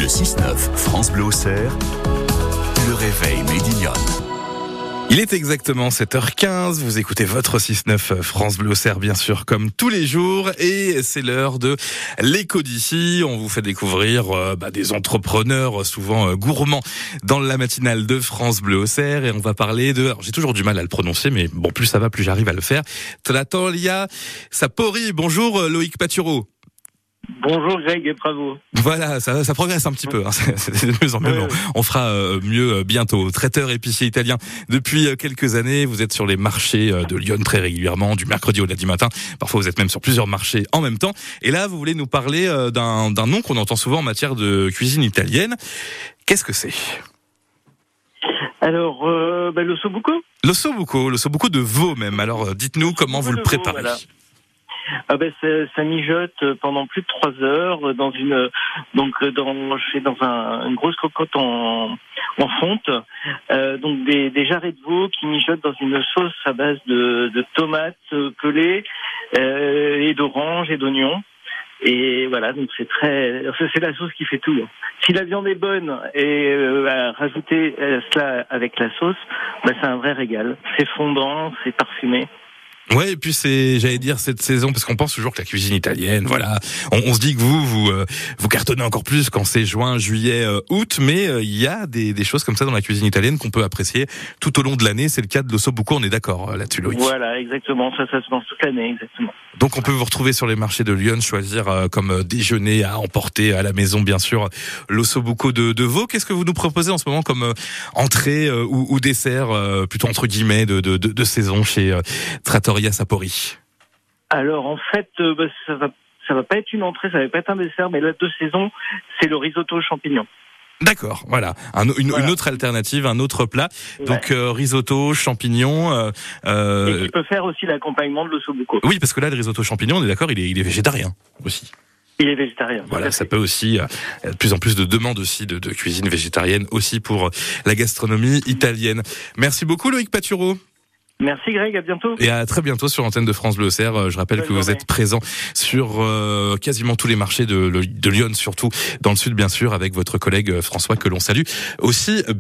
6-9, France Bleu Auxerre, le réveil Made in Lyon. Il est exactement 7h15, vous écoutez votre 6-9 France Bleu Auxerre bien sûr comme tous les jours et c'est l'heure de l'écho d'ici. On vous fait découvrir des entrepreneurs souvent gourmands dans la matinale de France Bleu Auxerre et on va parler de, alors j'ai toujours du mal à le prononcer mais bon plus ça va plus j'arrive à le faire, Trattoria Sapori. Bonjour Loïc Patureau. Bonjour Greg et bravo. Voilà, ça progresse un petit peu. Hein. C'est de mieux en mieux. Ouais. On fera mieux bientôt. Traiteur épicier italien depuis quelques années. Vous êtes sur les marchés de Lyon très régulièrement, du mercredi au lundi matin. Parfois, vous êtes même sur plusieurs marchés en même temps. Et là, vous voulez nous parler d'un nom qu'on entend souvent en matière de cuisine italienne. Qu'est-ce que c'est ? Alors, l'ossobuco. L'ossobuco de veau même. Alors, dites-nous comment vous le préparez. Voilà. Ça mijote pendant plus de 3 heures je fais dans une grosse cocotte en fonte, donc des jarrets de veau qui mijotent dans une sauce à base de tomates pelées et d'oranges et d'oignons. Et voilà, donc c'est la sauce qui fait tout. Si la viande est bonne et rajouter cela avec la sauce, c'est un vrai régal. C'est fondant, c'est parfumé. Ouais, et puis j'allais dire cette saison, parce qu'on pense toujours que la cuisine italienne, voilà, on se dit que vous cartonnez encore plus quand c'est juin, juillet, août, mais il y a des choses comme ça dans la cuisine italienne qu'on peut apprécier tout au long de l'année. C'est le cas de l'ossobuco, on est d'accord là-dessus, Loïc. Voilà, exactement, ça se mange toute l'année, exactement. Donc on peut vous retrouver sur les marchés de Lyon, choisir comme déjeuner à emporter à la maison, bien sûr, l'ossobuco de veau. Qu'est-ce que vous nous proposez en ce moment comme entrée ou dessert, plutôt entre guillemets, de saison chez Trattoria Sapori? Alors en fait, ça va pas être une entrée, ça va pas être un dessert, mais la de saison, c'est le risotto aux champignons. D'accord, voilà. Une autre alternative, un autre plat. Ouais. Donc risotto, champignons. Et qui peut faire aussi l'accompagnement de l'ossobuco. Oui, parce que là, le risotto champignons, on est d'accord, il est végétarien aussi. Il est végétarien. Voilà, ça peut aussi, de plus en plus de demandes aussi de cuisine végétarienne aussi pour la gastronomie italienne. Merci beaucoup Loïc Patureau. Merci Greg, à bientôt. Et à très bientôt sur l'antenne de France Bleu Auxerre. Je rappelle que vous êtes présent sur quasiment tous les marchés de Lyon, surtout dans le sud bien sûr, avec votre collègue François que l'on salue aussi.